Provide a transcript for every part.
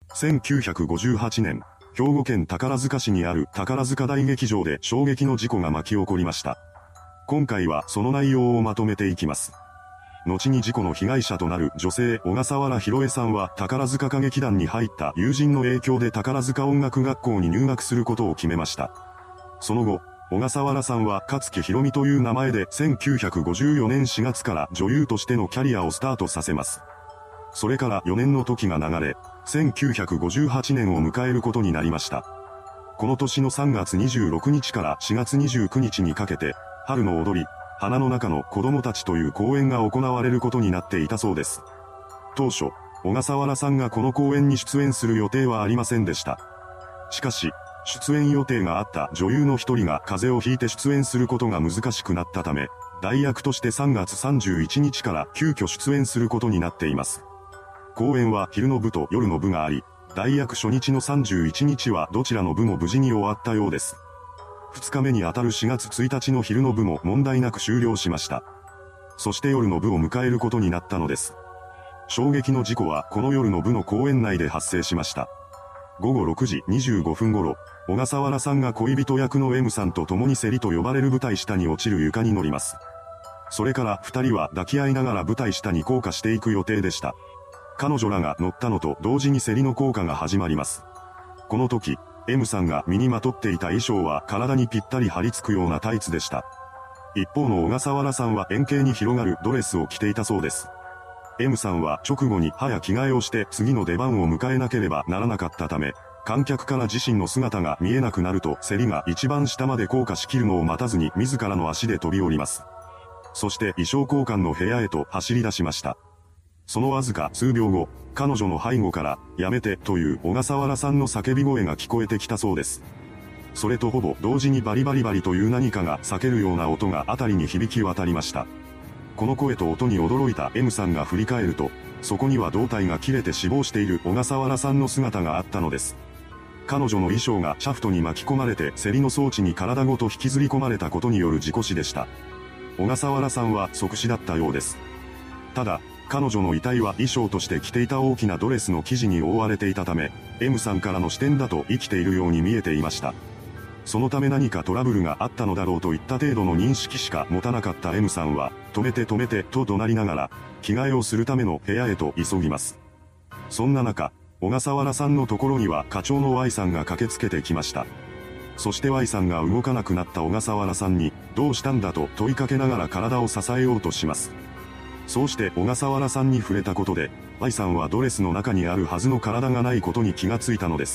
1958年、兵庫県宝塚市にある宝塚大劇場で衝撃の事故が巻き起こりました。今回はその内容をまとめていきます。後に事故の被害者となる女性小笠原弘恵さんは宝塚歌劇団に入った友人の影響で宝塚音楽学校に入学することを決めました。その後、小笠原さんは勝木ひろみという名前で1954年4月から女優としてのキャリアをスタートさせます。それから4年の時が流れ、1958年を迎えることになりました。この年の3月26日から4月29日にかけて、春の踊り、花の中の子供たちという公演が行われることになっていたそうです。当初、小笠原さんがこの公演に出演する予定はありませんでした。しかし、出演予定があった女優の一人が風邪をひいて出演することが難しくなったため、代役として3月31日から急遽出演することになっています。公演は昼の部と夜の部があり、代役初日の31日はどちらの部も無事に終わったようです。2日目にあたる4月1日の昼の部も問題なく終了しました。そして夜の部を迎えることになったのです。衝撃の事故はこの夜の部の公演内で発生しました。午後6時25分頃、小笠原さんが恋人役の M さんと共にセリと呼ばれる舞台下に落ちる床に乗ります。それから2人は抱き合いながら舞台下に降下していく予定でした。彼女らが乗ったのと同時にセリの降下が始まります。この時、M さんが身にまとっていた衣装は体にぴったり張り付くようなタイツでした。一方の小笠原さんは円形に広がるドレスを着ていたそうです。M さんは直後に早着替えをして次の出番を迎えなければならなかったため、観客から自身の姿が見えなくなるとセリが一番下まで降下しきるのを待たずに自らの足で飛び降ります。そして衣装交換の部屋へと走り出しました。そのわずか数秒後、彼女の背後から、やめてという小笠原さんの叫び声が聞こえてきたそうです。それとほぼ同時にバリバリバリという何かが裂けるような音が辺りに響き渡りました。この声と音に驚いた M さんが振り返ると、そこには胴体が切れて死亡している小笠原さんの姿があったのです。彼女の衣装がシャフトに巻き込まれてセリの装置に体ごと引きずり込まれたことによる事故死でした。小笠原さんは即死だったようです。ただ、彼女の遺体は衣装として着ていた大きなドレスの生地に覆われていたため、M さんからの視点だと生きているように見えていました。そのため何かトラブルがあったのだろうといった程度の認識しか持たなかった M さんは、止めて止めてと怒鳴りながら、着替えをするための部屋へと急ぎます。そんな中、小笠原さんのところには課長の Y さんが駆けつけてきました。そして Y さんが動かなくなった小笠原さんに、どうしたんだと問いかけながら体を支えようとします。そうして小笠原さんに触れたことで、Y さんはドレスの中にあるはずの体がないことに気がついたのです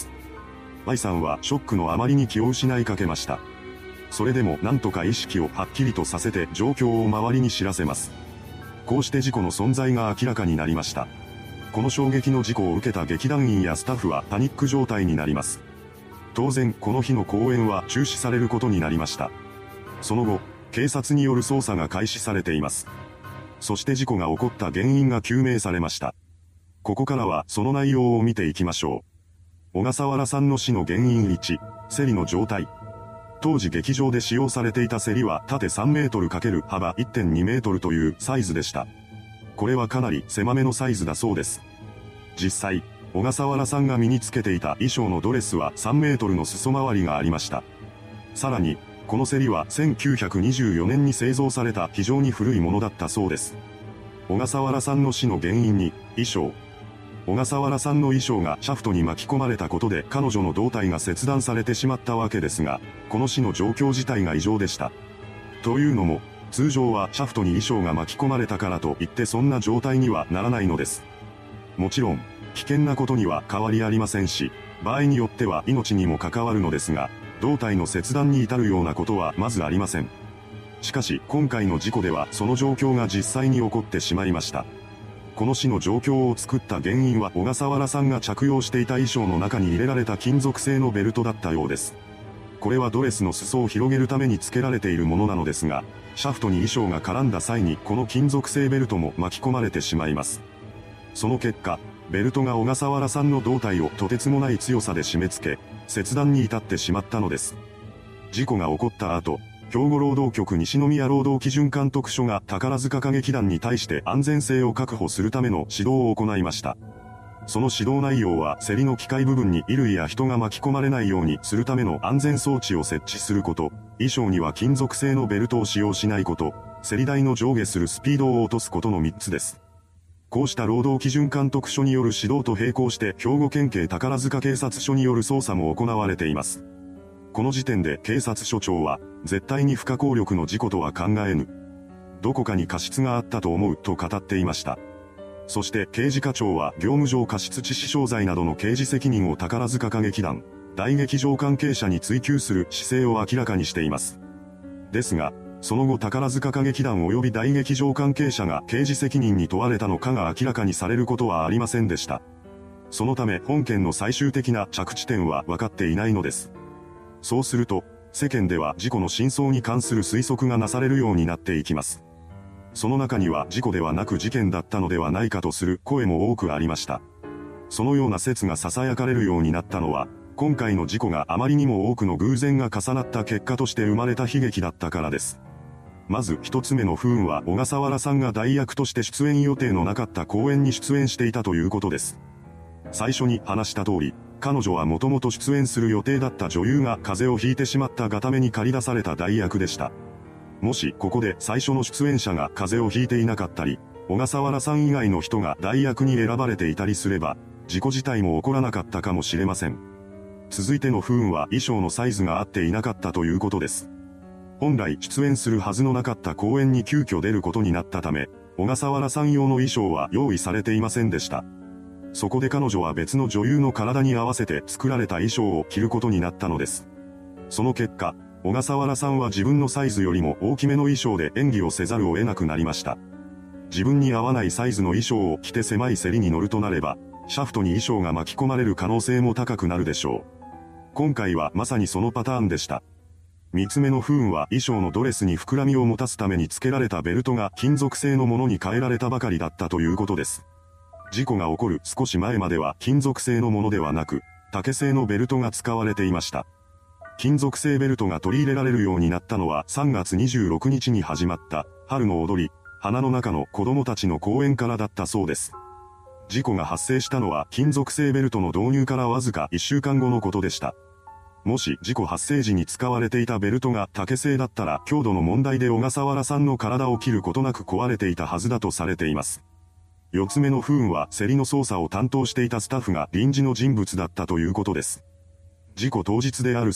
。Y さんはショックのあまりに気を失いかけました。それでもなんとか意識をはっきりとさせて状況を周りに知らせます。こうして事故の存在が明らかになりました。この衝撃の事故を受けた劇団員やスタッフはパニック状態になります。当然この日の公演は中止されることになりました。その後、警察による捜査が開始されています。そして事故が起こった原因が究明されました。ここからはその内容を見ていきましょう。小笠原さんの死の原因1、セリの状態。当時劇場で使用されていたセリは縦3メートル×幅 1.2 メートルというサイズでした。これはかなり狭めのサイズだそうです。実際、小笠原さんが身につけていた衣装のドレスは3メートルの裾回りがありました。さらに、このセリは1924年に製造された非常に古いものだったそうです。小笠原さんの死の原因に、衣装。小笠原さんの衣装がシャフトに巻き込まれたことで彼女の胴体が切断されてしまったわけですが、この死の状況自体が異常でした。というのも、通常はシャフトに衣装が巻き込まれたからといってそんな状態にはならないのです。もちろん、危険なことには変わりありませんし、場合によっては命にも関わるのですが、胴体の切断に至るようなことはまずありません。しかし今回の事故ではその状況が実際に起こってしまいました。この死の状況を作った原因は小笠原さんが着用していた衣装の中に入れられた金属製のベルトだったようです。これはドレスの裾を広げるために付けられているものなのですが、シャフトに衣装が絡んだ際にこの金属製ベルトも巻き込まれてしまいます。その結果、ベルトが小笠原さんの胴体をとてつもない強さで締め付け、切断に至ってしまったのです。事故が起こった後、兵庫労働局西宮労働基準監督署が宝塚歌劇団に対して安全性を確保するための指導を行いました。 その指導内容は競りの機械部分に衣類や人が巻き込まれないようにするための安全装置を設置すること、衣装には金属製のベルトを使用しないこと、競り台の上下するスピードを落とすことの3つです。こうした労働基準監督署による指導と並行して兵庫県警宝塚警察署による捜査も行われています。この時点で警察署長は、絶対に不可抗力の事故とは考えぬ。どこかに過失があったと思うと語っていました。そして刑事課長は業務上過失致死傷罪などの刑事責任を宝塚歌劇団、大劇場関係者に追及する姿勢を明らかにしています。ですが、その後宝塚歌劇団及び大劇場関係者が刑事責任に問われたのかが明らかにされることはありませんでした。そのため本件の最終的な着地点は分かっていないのです。そうすると、世間では事故の真相に関する推測がなされるようになっていきます。その中には事故ではなく事件だったのではないかとする声も多くありました。そのような説が囁かれるようになったのは、今回の事故があまりにも多くの偶然が重なった結果として生まれた悲劇だったからです。まず一つ目の不運は小笠原さんが代役として出演予定のなかった公演に出演していたということです。最初に話した通り、彼女はもともと出演する予定だった女優が風邪をひいてしまったがために駆り出された代役でした。もしここで最初の出演者が風邪をひいていなかったり、小笠原さん以外の人が代役に選ばれていたりすれば、事故自体も起こらなかったかもしれません。続いての不運は衣装のサイズが合っていなかったということです。本来出演するはずのなかった公演に急遽出ることになったため、小笠原さん用の衣装は用意されていませんでした。そこで彼女は別の女優の体に合わせて作られた衣装を着ることになったのです。その結果、小笠原さんは自分のサイズよりも大きめの衣装で演技をせざるを得なくなりました。自分に合わないサイズの衣装を着て狭い競りに乗るとなれば、シャフトに衣装が巻き込まれる可能性も高くなるでしょう。今回はまさにそのパターンでした。三つ目の不運は衣装のドレスに膨らみを持たすために付けられたベルトが金属製のものに変えられたばかりだったということです。事故が起こる少し前までは金属製のものではなく、竹製のベルトが使われていました。金属製ベルトが取り入れられるようになったのは3月26日に始まった春の踊り、花の中の子供たちの公演からだったそうです。事故が発生したのは金属製ベルトの導入からわずか1週間後のことでした。もし事故発生時に使われていたベルトが竹製だったら強度の問題で小笠原さんの体を切ることなく壊れていたはずだとされています。4つ目の不運は競りの操作を担当していたスタッフが臨時の人物だったということです。事故当日である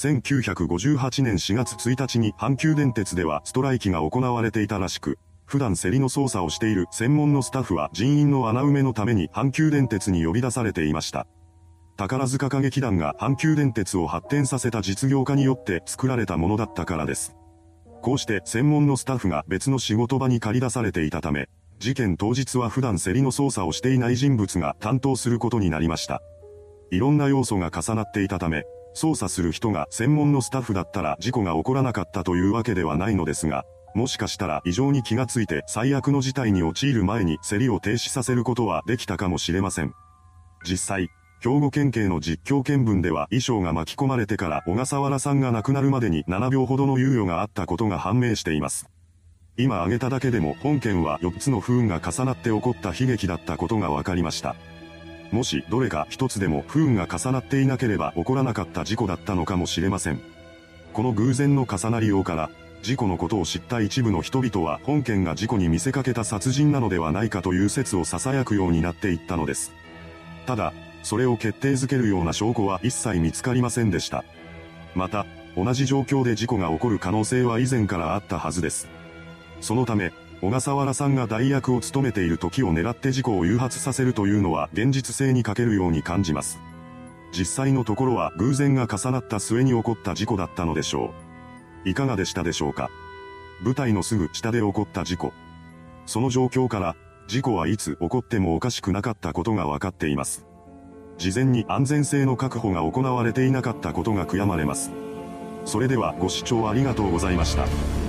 1958年4月1日に阪急電鉄ではストライキが行われていたらしく、普段競りの操作をしている専門のスタッフは人員の穴埋めのために阪急電鉄に呼び出されていました。宝塚歌劇団が阪急電鉄を発展させた実業家によって作られたものだったからです。こうして専門のスタッフが別の仕事場に借り出されていたため、事件当日は普段競りの操作をしていない人物が担当することになりました。いろんな要素が重なっていたため、操作する人が専門のスタッフだったら事故が起こらなかったというわけではないのですが、もしかしたら異常に気がついて最悪の事態に陥る前に競りを停止させることはできたかもしれません。実際、兵庫県警の実況見分では衣装が巻き込まれてから小笠原さんが亡くなるまでに7秒ほどの猶予があったことが判明しています。今挙げただけでも本件は4つの不運が重なって起こった悲劇だったことが分かりました。もしどれか一つでも不運が重なっていなければ起こらなかった事故だったのかもしれません。この偶然の重なりようから、事故のことを知った一部の人々は本件が事故に見せかけた殺人なのではないかという説を囁くようになっていったのです。ただ、それを決定づけるような証拠は一切見つかりませんでした。また、同じ状況で事故が起こる可能性は以前からあったはずです。そのため、小笠原さんが代役を務めている時を狙って事故を誘発させるというのは現実性に欠けるように感じます。実際のところは偶然が重なった末に起こった事故だったのでしょう。いかがでしたでしょうか。舞台のすぐ下で起こった事故。その状況から、事故はいつ起こってもおかしくなかったことが分かっています。事前に安全性の確保が行われていなかったことが悔やまれます。それではご視聴ありがとうございました。